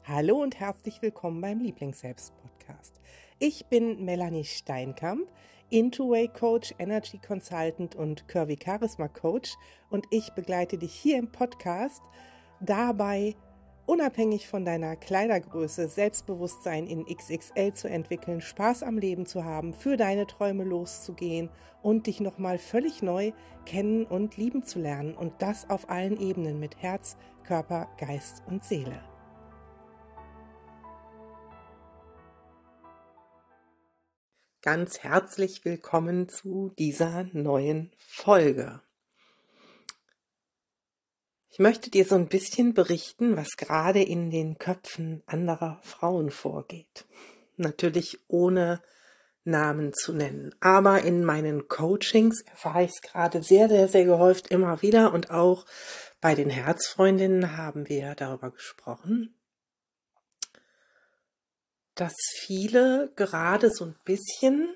Hallo und herzlich willkommen beim Lieblingsselbst-Podcast. Ich bin Melanie Steinkamp, Into-Way Coach, Energy Consultant und Curvy Charisma Coach und ich begleite dich hier im Podcast dabei, unabhängig von deiner Kleidergröße, Selbstbewusstsein in XXL zu entwickeln, Spaß am Leben zu haben, für deine Träume loszugehen und dich nochmal völlig neu kennen und lieben zu lernen und das auf allen Ebenen mit Herz, Körper, Geist und Seele. Ganz herzlich willkommen zu dieser neuen Folge. Ich möchte dir so ein bisschen berichten, was gerade in den Köpfen anderer Frauen vorgeht. Natürlich ohne Namen zu nennen. Aber in meinen Coachings erfahre ich es gerade sehr, sehr, sehr gehäuft immer wieder. Und auch bei den Herzfreundinnen haben wir darüber gesprochen, dass viele gerade so ein bisschen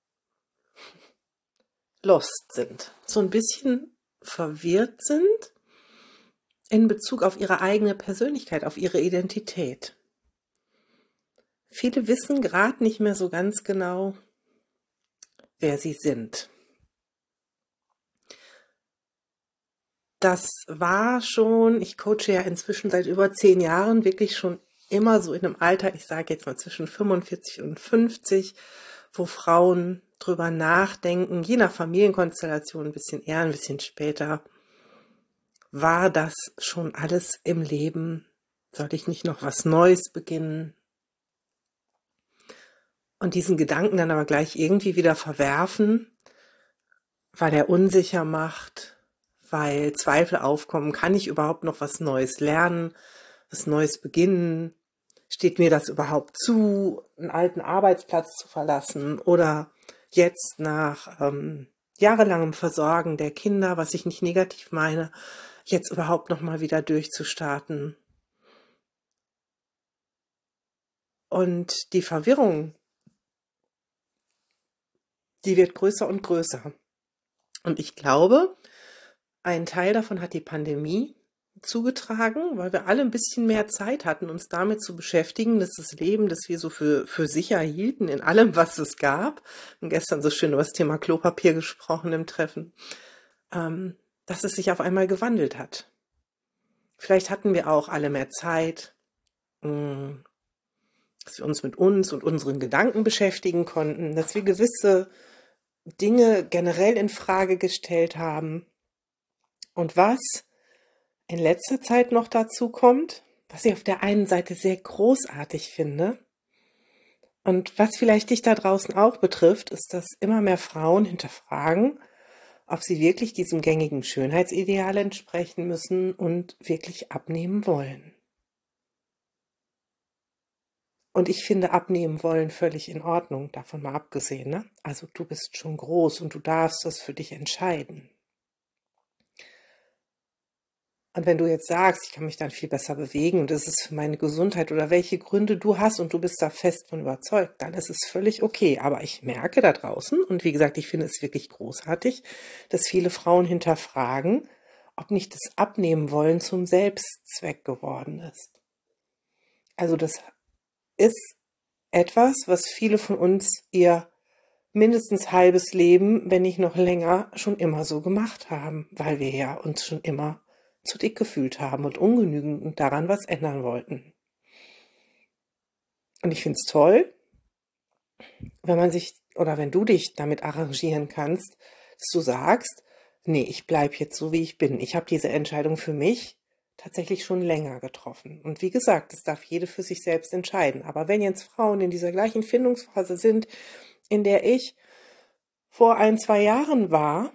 lost sind, so ein bisschen verwirrt sind in Bezug auf ihre eigene Persönlichkeit, auf ihre Identität. Viele wissen gerade nicht mehr so ganz genau, wer sie sind. Das war schon, ich coache ja inzwischen seit über 10 Jahren, wirklich schon immer so in einem Alter, ich sage jetzt mal zwischen 45 und 50, wo Frauen drüber nachdenken, je nach Familienkonstellation ein bisschen eher, ein bisschen später, war das schon alles im Leben? Soll ich nicht noch was Neues beginnen? Und diesen Gedanken dann aber gleich irgendwie wieder verwerfen, weil er unsicher macht, weil Zweifel aufkommen, kann ich überhaupt noch was Neues lernen, was Neues beginnen? Steht mir das überhaupt zu, einen alten Arbeitsplatz zu verlassen oder jetzt nach jahrelangem Versorgen der Kinder, was ich nicht negativ meine, jetzt überhaupt noch mal wieder durchzustarten? Und die Verwirrung, die wird größer und größer. Und ich glaube, ein Teil davon hat die Pandemie zugetragen, weil wir alle ein bisschen mehr Zeit hatten, uns damit zu beschäftigen, dass das Leben, das wir so für sicher hielten, in allem, was es gab, und gestern so schön über das Thema Klopapier gesprochen im Treffen, dass es sich auf einmal gewandelt hat. Vielleicht hatten wir auch alle mehr Zeit, dass wir uns mit uns und unseren Gedanken beschäftigen konnten, dass wir gewisse Dinge generell in Frage gestellt haben. Und was in letzter Zeit noch dazu kommt, was ich auf der einen Seite sehr großartig finde und was vielleicht dich da draußen auch betrifft, ist, dass immer mehr Frauen hinterfragen, ob sie wirklich diesem gängigen Schönheitsideal entsprechen müssen und wirklich abnehmen wollen. Und ich finde abnehmen wollen völlig in Ordnung, davon mal abgesehen, ne? Also du bist schon groß und du darfst das für dich entscheiden. Und wenn du jetzt sagst, ich kann mich dann viel besser bewegen und das ist für meine Gesundheit oder welche Gründe du hast und du bist da fest von überzeugt, dann ist es völlig okay. Aber ich merke da draußen, und wie gesagt, ich finde es wirklich großartig, dass viele Frauen hinterfragen, ob nicht das Abnehmen wollen zum Selbstzweck geworden ist. Also das ist etwas, was viele von uns ihr mindestens halbes Leben, wenn nicht noch länger, schon immer so gemacht haben, weil wir ja uns schon immer zu dick gefühlt haben und ungenügend und daran was ändern wollten. Und ich finde es toll, wenn man sich oder wenn du dich damit arrangieren kannst, dass du sagst, nee, ich bleibe jetzt so, wie ich bin. Ich habe diese Entscheidung für mich tatsächlich schon länger getroffen. Und wie gesagt, das darf jede für sich selbst entscheiden. Aber wenn jetzt Frauen in dieser gleichen Findungsphase sind, in der ich vor 1-2 Jahren war,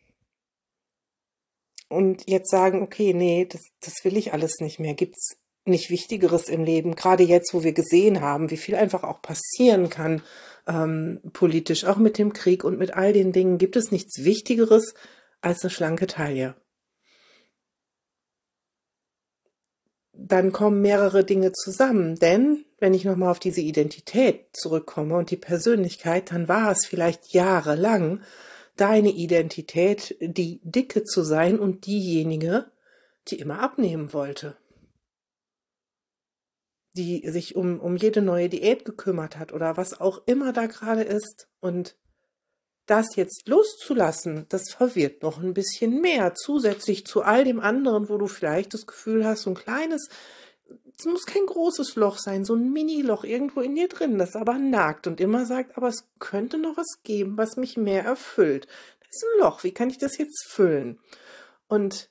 und jetzt sagen, okay, nee, das will ich alles nicht mehr. Gibt's nicht Wichtigeres im Leben? Gerade jetzt, wo wir gesehen haben, wie viel einfach auch passieren kann, politisch, auch mit dem Krieg und mit all den Dingen, gibt es nichts Wichtigeres als eine schlanke Taille. Dann kommen mehrere Dinge zusammen, denn wenn ich nochmal auf diese Identität zurückkomme und die Persönlichkeit, dann war es vielleicht jahrelang deine Identität, die Dicke zu sein und diejenige, die immer abnehmen wollte. die sich um jede neue Diät gekümmert hat oder was auch immer da gerade ist. Und das jetzt loszulassen, das verwirrt noch ein bisschen mehr, zusätzlich zu all dem anderen, wo du vielleicht das Gefühl hast, so ein kleines, es muss kein großes Loch sein, so ein Mini-Loch irgendwo in dir drin, das aber nagt und immer sagt, aber es könnte noch was geben, was mich mehr erfüllt. Das ist ein Loch, wie kann ich das jetzt füllen? Und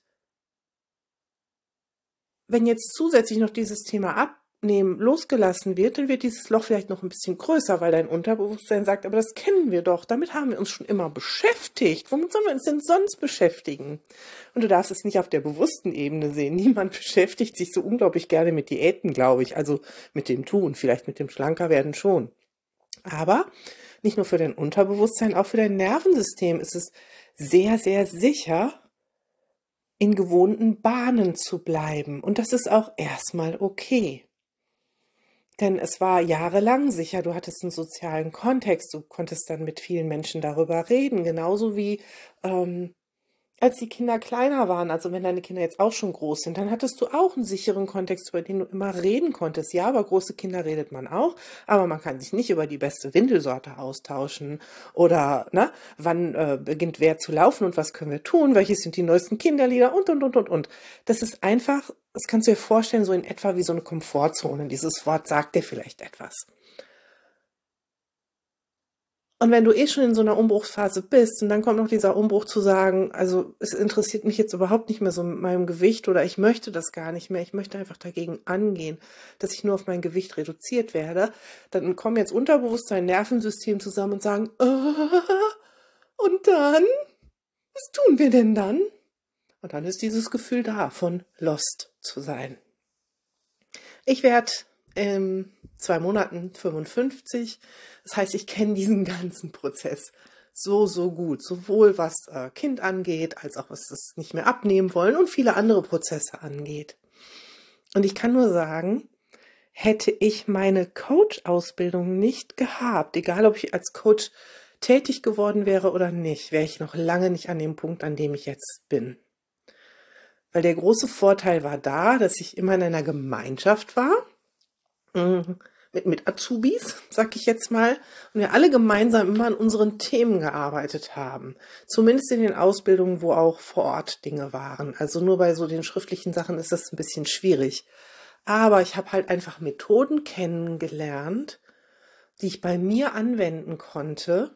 wenn jetzt zusätzlich noch dieses Thema Abnehmen losgelassen wird, dann wird dieses Loch vielleicht noch ein bisschen größer, weil dein Unterbewusstsein sagt, aber das kennen wir doch, damit haben wir uns schon immer beschäftigt. Womit sollen wir uns denn sonst beschäftigen? Und du darfst es nicht auf der bewussten Ebene sehen. Niemand beschäftigt sich so unglaublich gerne mit Diäten, glaube ich. Also mit dem Tun, vielleicht mit dem Schlankerwerden schon. Aber nicht nur für dein Unterbewusstsein, auch für dein Nervensystem ist es sehr, sehr sicher, in gewohnten Bahnen zu bleiben. Und das ist auch erstmal okay. Denn es war jahrelang sicher, du hattest einen sozialen Kontext, du konntest dann mit vielen Menschen darüber reden, genauso wie als die Kinder kleiner waren, also wenn deine Kinder jetzt auch schon groß sind, dann hattest du auch einen sicheren Kontext, über den du immer reden konntest. Ja, über große Kinder redet man auch, aber man kann sich nicht über die beste Windelsorte austauschen oder wann beginnt wer zu laufen und was können wir tun, welches sind die neuesten Kinderlieder und. Das ist einfach, das kannst du dir vorstellen, so in etwa wie so eine Komfortzone. Dieses Wort sagt dir vielleicht etwas. Und wenn du schon in so einer Umbruchsphase bist und dann kommt noch dieser Umbruch zu sagen, also es interessiert mich jetzt überhaupt nicht mehr so mit meinem Gewicht oder ich möchte das gar nicht mehr, ich möchte einfach dagegen angehen, dass ich nur auf mein Gewicht reduziert werde, dann kommen jetzt Unterbewusstsein, Nervensystem zusammen und sagen, und dann? Was tun wir denn dann? Und dann ist dieses Gefühl da, von lost zu sein. Ich werde in 2 Monaten 55. Das heißt, ich kenne diesen ganzen Prozess so gut, sowohl was Kind angeht, als auch was das nicht mehr abnehmen wollen und viele andere Prozesse angeht. Und ich kann nur sagen, hätte ich meine Coach-Ausbildung nicht gehabt, egal ob ich als Coach tätig geworden wäre oder nicht, wäre ich noch lange nicht an dem Punkt, an dem ich jetzt bin. Weil der große Vorteil war da, dass ich immer in einer Gemeinschaft war, mit Azubis, sag ich jetzt mal, und wir alle gemeinsam immer an unseren Themen gearbeitet haben. Zumindest in den Ausbildungen, wo auch vor Ort Dinge waren. Also nur bei so den schriftlichen Sachen ist das ein bisschen schwierig. Aber ich habe halt einfach Methoden kennengelernt, die ich bei mir anwenden konnte,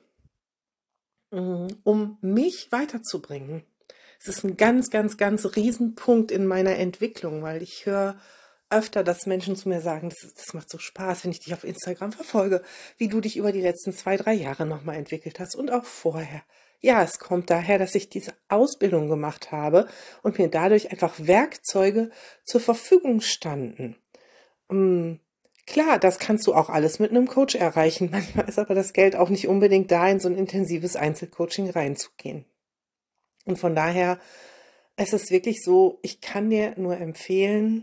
um mich weiterzubringen. Es ist ein ganz Riesenpunkt in meiner Entwicklung, weil ich höre öfter, dass Menschen zu mir sagen, das macht so Spaß, wenn ich dich auf Instagram verfolge, wie du dich über die letzten 2, 3 Jahre nochmal entwickelt hast und auch vorher. Ja, es kommt daher, dass ich diese Ausbildung gemacht habe und mir dadurch einfach Werkzeuge zur Verfügung standen. Klar, das kannst du auch alles mit einem Coach erreichen. Manchmal ist aber das Geld auch nicht unbedingt da, in so ein intensives Einzelcoaching reinzugehen. Und von daher, es ist wirklich so, ich kann dir nur empfehlen,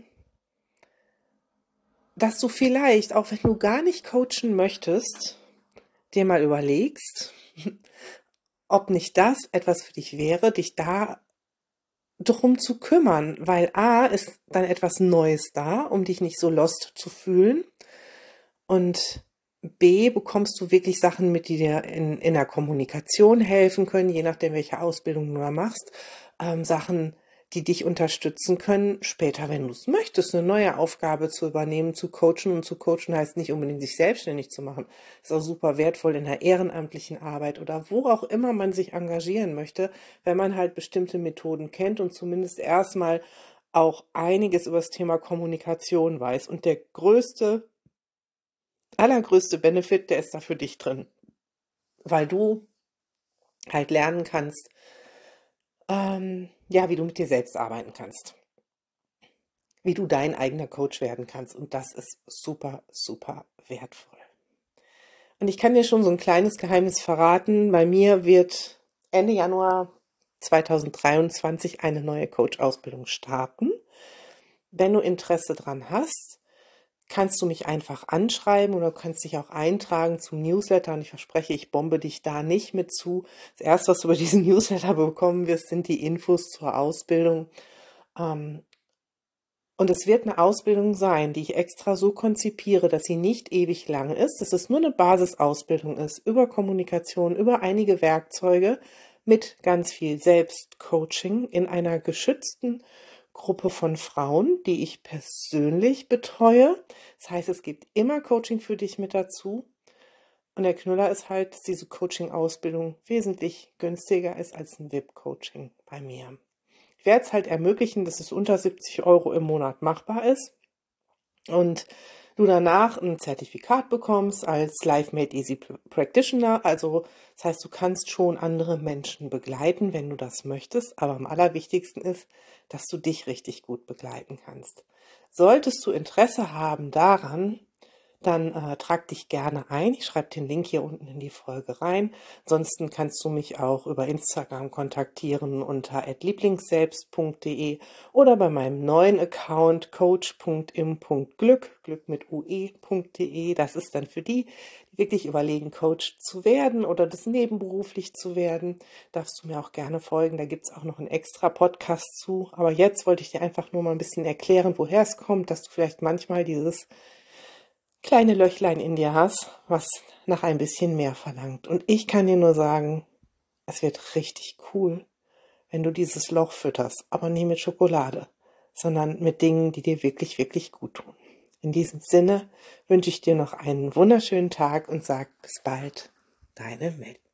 dass du vielleicht, auch wenn du gar nicht coachen möchtest, dir mal überlegst, ob nicht das etwas für dich wäre, dich da drum zu kümmern, weil A, ist dann etwas Neues da, um dich nicht so lost zu fühlen, und B, bekommst du wirklich Sachen mit, die dir in der Kommunikation helfen können, je nachdem, welche Ausbildung du da machst, Sachen, die dich unterstützen können, später, wenn du es möchtest, eine neue Aufgabe zu übernehmen, zu coachen. Und zu coachen heißt nicht unbedingt, sich selbstständig zu machen. Ist auch super wertvoll in der ehrenamtlichen Arbeit oder wo auch immer man sich engagieren möchte, wenn man halt bestimmte Methoden kennt und zumindest erstmal auch einiges über das Thema Kommunikation weiß. Und der allergrößte Benefit, der ist da für dich drin, weil du halt lernen kannst, wie du mit dir selbst arbeiten kannst, wie du dein eigener Coach werden kannst, und das ist super wertvoll. Und ich kann dir schon so ein kleines Geheimnis verraten, bei mir wird Ende Januar 2023 eine neue Coach-Ausbildung starten. Wenn du Interesse dran hast, kannst du mich einfach anschreiben oder du kannst dich auch eintragen zum Newsletter, und ich verspreche, ich bombe dich da nicht mit zu. Das Erste, was du über diesen Newsletter bekommen wirst, sind die Infos zur Ausbildung. Und es wird eine Ausbildung sein, die ich extra so konzipiere, dass sie nicht ewig lang ist, dass es nur eine Basisausbildung ist über Kommunikation, über einige Werkzeuge mit ganz viel Selbstcoaching in einer geschützten Gruppe von Frauen, die ich persönlich betreue. Das heißt, es gibt immer Coaching für dich mit dazu. Und der Knüller ist halt, dass diese Coaching-Ausbildung wesentlich günstiger ist als ein VIP-Coaching bei mir. Ich werde es halt ermöglichen, dass es unter 70 € im Monat machbar ist und du danach ein Zertifikat bekommst als Life Made Easy Practitioner. Also das heißt, du kannst schon andere Menschen begleiten, wenn du das möchtest. Aber am allerwichtigsten ist, dass du dich richtig gut begleiten kannst. Solltest du Interesse haben daran, dann trag dich gerne ein. Ich schreibe den Link hier unten in die Folge rein. Ansonsten kannst du mich auch über Instagram kontaktieren unter @lieblingsselbst.de oder bei meinem neuen Account coach.im.glück, Glück mit ue.de. Das ist dann für die, die wirklich überlegen, Coach zu werden oder das nebenberuflich zu werden. Darfst du mir auch gerne folgen. Da gibt es auch noch einen extra Podcast zu. Aber jetzt wollte ich dir einfach nur mal ein bisschen erklären, woher es kommt, dass du vielleicht manchmal dieses kleine Löchlein in dir hast, was nach ein bisschen mehr verlangt. Und ich kann dir nur sagen, es wird richtig cool, wenn du dieses Loch fütterst, aber nie mit Schokolade, sondern mit Dingen, die dir wirklich, wirklich gut tun. In diesem Sinne wünsche ich dir noch einen wunderschönen Tag und sag bis bald, deine Mel.